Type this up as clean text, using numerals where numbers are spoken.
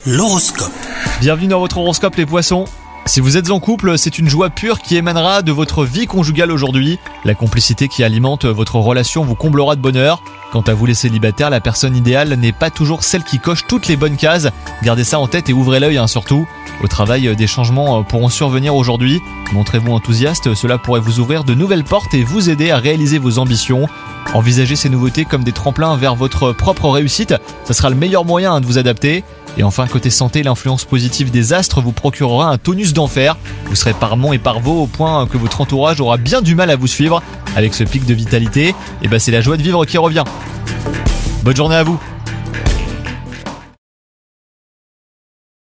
L'horoscope. Bienvenue dans votre horoscope les poissons. Si vous êtes en couple, c'est une joie pure qui émanera de votre vie conjugale aujourd'hui. La complicité qui alimente votre relation vous comblera de bonheur. Quant à vous les célibataires, la personne idéale n'est pas toujours celle qui coche toutes les bonnes cases. Gardez ça en tête et ouvrez l'œil surtout. Au travail, des changements pourront survenir aujourd'hui. Montrez-vous enthousiaste, cela pourrait vous ouvrir de nouvelles portes et vous aider à réaliser vos ambitions. Envisagez ces nouveautés comme des tremplins vers votre propre réussite, ça sera le meilleur moyen de vous adapter. Et enfin, côté santé, l'influence positive des astres vous procurera un tonus d'enfer. Vous serez parmant et parvaux au point que votre entourage aura bien du mal à vous suivre. Avec ce pic de vitalité, c'est la joie de vivre qui revient. Bonne journée à vous.